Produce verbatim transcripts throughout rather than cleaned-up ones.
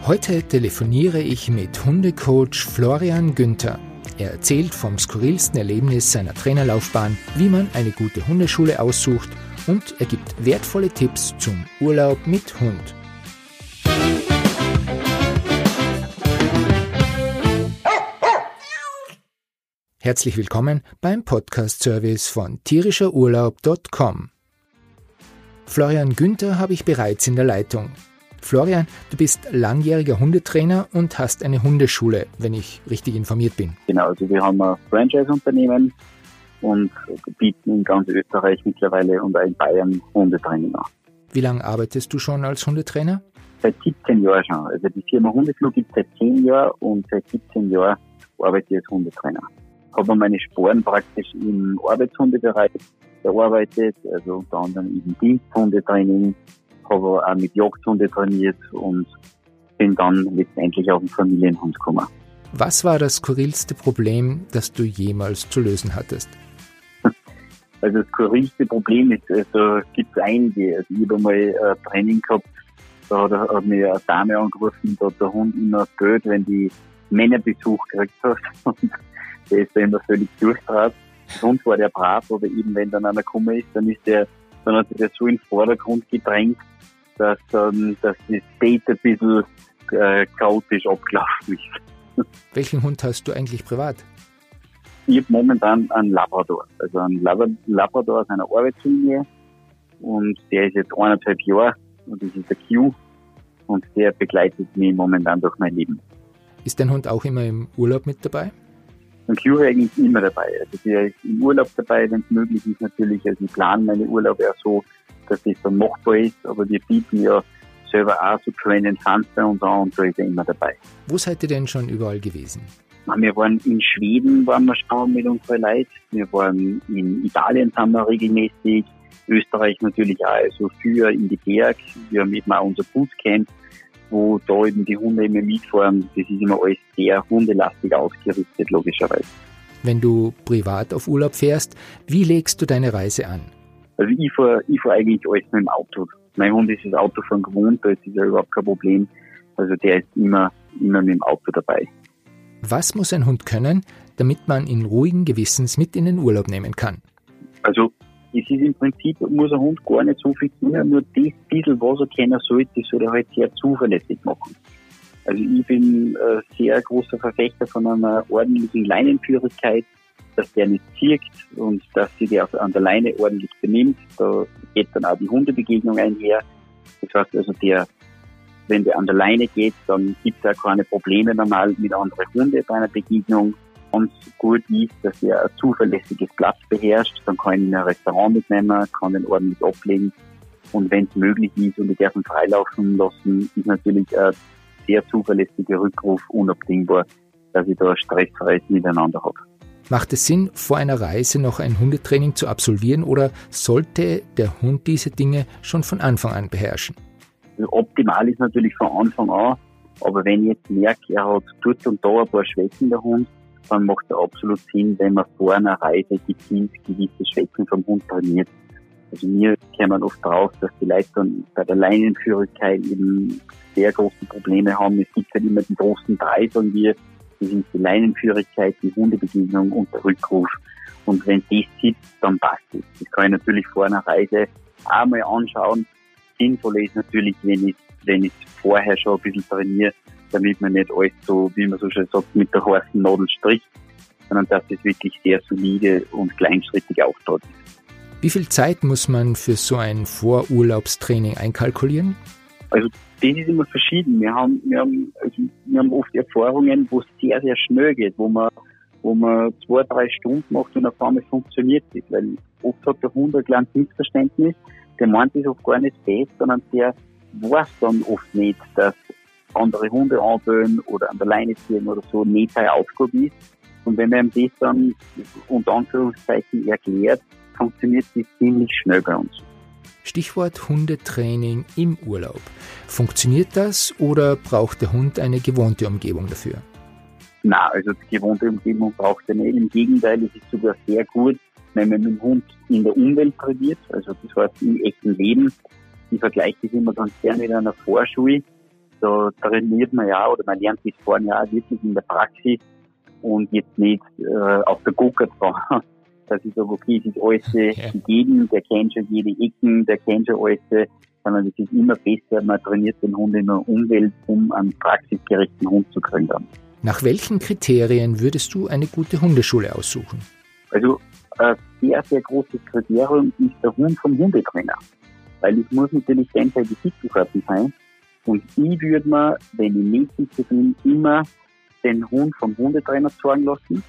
Heute telefoniere ich mit Hundecoach Florian Günther. Er erzählt vom skurrilsten Erlebnis seiner Trainerlaufbahn, wie man eine gute Hundeschule aussucht, und er gibt wertvolle Tipps zum Urlaub mit Hund. Herzlich willkommen beim Podcast-Service von tierischer urlaub punkt com. Florian Günther habe ich bereits in der Leitung. Florian, du bist langjähriger Hundetrainer und hast eine Hundeschule, wenn ich richtig informiert bin. Genau, also wir haben ein Franchise-Unternehmen und bieten in ganz Österreich mittlerweile und auch in Bayern Hundetraining an. Wie lange arbeitest du schon als Hundetrainer? Seit siebzehn Jahren schon. Also die Firma Hundeclub gibt es seit zehn Jahren und seit siebzehn Jahren arbeite ich als Hundetrainer. Ich habe meine Sporen praktisch im Arbeitshundebereich gearbeitet, also unter anderem im Diensthundetraining, habe auch mit Jagdhunde trainiert und bin dann letztendlich auf den Familienhund gekommen. Was war das skurrilste Problem, das du jemals zu lösen hattest? Also das skurrilste Problem ist, also gibt es einige. Also ich habe einmal ein Training gehabt, da hat, hat mir eine Dame angerufen, da hat der Hund immer Geld, wenn die Männerbesuch gekriegt hat. Und der ist da immer völlig durchdraht. Sonst war der brav, aber eben wenn dann einer gekommen ist, dann ist der, dann hat sich der so in den Vordergrund gedrängt, dass dann, dass das Date ein bisschen äh, chaotisch abgelaufen ist. Welchen Hund hast du eigentlich privat? Ich habe momentan einen Labrador, also einen Labrador aus einer Arbeitslinie, und der ist jetzt eineinhalb Jahre und das ist der Q, und der begleitet mich momentan durch mein Leben. Ist dein Hund auch immer im Urlaub mit dabei? Ein Q ist eigentlich immer dabei. Also der ist im Urlaub dabei, wenn es möglich ist natürlich. Also ich plane meine Urlaube auch so, dass das dann machbar ist, aber wir bieten ja selber auch so Train and Fun bei uns an und da ist er immer dabei. Wo seid ihr denn schon überall gewesen? Wir waren in Schweden, waren wir schon mit unseren Leuten. Wir waren in Italien, sind wir regelmäßig. Österreich natürlich auch, also früher in die Berg. Wir haben eben auch unser Bootcamp, wo da eben die Hunde immer mitfahren. Das ist immer alles sehr hundelastig ausgerichtet, logischerweise. Wenn du privat auf Urlaub fährst, wie legst du deine Reise an? Also ich fahre ich fahr eigentlich alles mit dem Auto. Mein Hund ist das Autofahren gewohnt, da ist ja überhaupt kein Problem. Also der ist immer, immer mit dem Auto dabei. Was muss ein Hund können, damit man ihn ruhigen Gewissens mit in den Urlaub nehmen kann? Also es ist im Prinzip, muss ein Hund gar nicht so viel können, nur das bisschen, was er kennen sollte, das soll er halt sehr zuverlässig machen. Also ich bin ein sehr großer Verfechter von einer ordentlichen Leinenführigkeit, dass der nicht zirkt und dass sich der an der Leine ordentlich benimmt. Da geht dann auch die Hundebegegnung einher. Das heißt also, der, wenn der an der Leine geht, dann gibt es auch keine Probleme normal mit anderen Hunden bei einer Begegnung. Ganz gut ist, dass er ein zuverlässiges Platz beherrscht. Dann kann ich ihn in ein Restaurant mitnehmen, kann den ordentlich ablegen. Und wenn es möglich ist und ich darf ihn freilaufen lassen, ist natürlich ein sehr zuverlässiger Rückruf unabdingbar, dass ich da ein stressfreies Miteinander habe. Macht es Sinn, vor einer Reise noch ein Hundetraining zu absolvieren, oder sollte der Hund diese Dinge schon von Anfang an beherrschen? Also optimal ist natürlich von Anfang an, aber wenn ich jetzt merke, er hat dort und da ein paar Schwächen, der Hund, dann macht es absolut Sinn, wenn man vor einer Reise gezielt gewisse Schwächen vom Hund trainiert. Also mir kommt oft drauf, dass die Leute dann bei der Leinenführigkeit eben sehr große Probleme haben. Es gibt halt immer die großen drei, sagen wir, das sind die Leinenführigkeit, die Hundebegegnung und der Rückruf. Und wenn das sitzt, dann passt es. Das kann ich natürlich vor einer Reise auch mal anschauen. Sinnvoll ist natürlich, wenn ich wenn ich vorher schon ein bisschen trainiere, damit man nicht alles so, wie man so schön sagt, mit der heißen Nadel stricht, sondern dass das wirklich sehr solide und kleinschrittig auftritt. Wie viel Zeit muss man für so ein Vorurlaubstraining einkalkulieren? Also das ist immer verschieden. Wir haben, wir haben, also wir haben oft Erfahrungen, wo es sehr, sehr schnell geht, wo man, wo man zwei, drei Stunden macht und auf einmal funktioniert es. Weil oft hat der Hund ein kleines Missverständnis, der meint es oft gar nicht fest, sondern der weiß dann oft nicht, dass andere Hunde anböen oder an der Leine ziehen oder so nicht seine Aufgabe ist. Und wenn man ihm das dann unter Anführungszeichen erklärt, funktioniert das ziemlich schnell bei uns. Stichwort Hundetraining im Urlaub. Funktioniert das oder braucht der Hund eine gewohnte Umgebung dafür? Nein, also die gewohnte Umgebung braucht er nicht. Im Gegenteil, es ist sogar sehr gut, wenn man mit dem Hund in der Umwelt trainiert, also das heißt im echten Leben. Ich vergleiche das immer ganz gerne mit einer Vorschule. da trainiert man ja oder man lernt das Fahren ja auch wirklich in der Praxis und jetzt nicht äh, auf der Go-Kart-Bahn, dass ich sage, okay, es ist alles Ja. gegeben, der kennt schon jede Ecken, der kennt schon alles, sondern es ist immer besser, man trainiert den Hund in der Umwelt, um einen praxisgerechten Hund zu kriegen. Nach welchen Kriterien würdest du eine gute Hundeschule aussuchen? Also ein sehr, sehr großes Kriterium ist der Hund vom Hundetrainer. Weil es muss natürlich einseitig Sittelkarten sein. Und ich würde mir, wenn ich Mädchen bin, immer den Hund vom Hundetrainer zeigen lassen.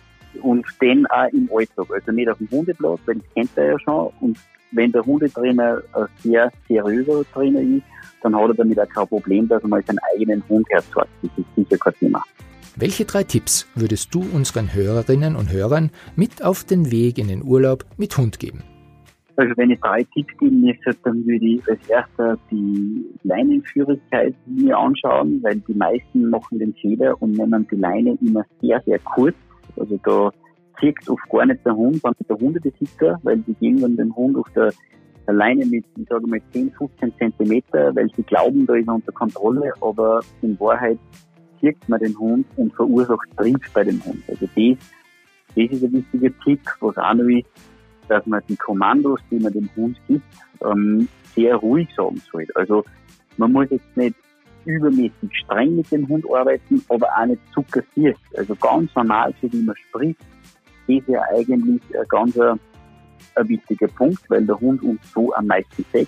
Und den auch im Alltag. Also nicht auf dem Hundeplatz, weil das kennt er ja schon. Und wenn der Hundetrainer ein sehr seriöser Trainer ist, dann hat er damit auch kein Problem, dass er mal seinen eigenen Hund herzeigt. Das ist sicher kein Thema. Welche drei Tipps würdest du unseren Hörerinnen und Hörern mit auf den Weg in den Urlaub mit Hund geben? Also wenn ich drei Tipps geben müsste, dann würde ich als erster die Leinenführigkeit mir anschauen, weil die meisten machen den Fehler und nehmen die Leine immer sehr, sehr kurz. Also da zieht oft gar nicht der Hund, sondern der Hundebesitzer, weil die gehen dann den Hund auf der, der Leine mit, ich sage mal, zehn, fünfzehn Zentimeter, weil sie glauben, da ist er unter Kontrolle, aber in Wahrheit zieht man den Hund und verursacht Trieb bei dem Hund. Also das, das ist ein wichtiger Tipp, was auch noch ist, dass man die Kommandos, die man dem Hund gibt, ähm, sehr ruhig sagen soll. Also man muss jetzt nicht übermäßig streng mit dem Hund arbeiten, aber auch nicht zu kassiert. Also ganz normal, so wie man spricht, ist ja eigentlich ein ganz ein, ein wichtiger Punkt, weil der Hund uns so am meisten sagt.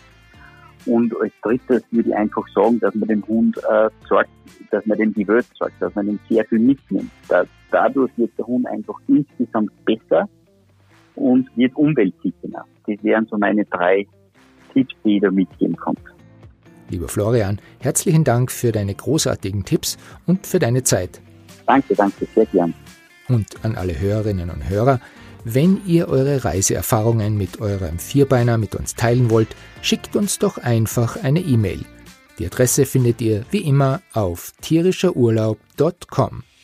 Und als drittes würde ich einfach sagen, dass man dem Hund äh, sagt, dass man dem die Welt sagt, dass man ihm sehr viel mitnimmt. Da, dadurch wird der Hund einfach insgesamt besser und wird umweltsicherer. Das wären so meine drei Tipps, die ich da mitgeben kann. Lieber Florian, herzlichen Dank für deine großartigen Tipps und für deine Zeit. Danke, danke, sehr gern. Und an alle Hörerinnen und Hörer, wenn ihr eure Reiseerfahrungen mit eurem Vierbeiner mit uns teilen wollt, schickt uns doch einfach eine E-Mail. Die Adresse findet ihr wie immer auf tierischer urlaub punkt com.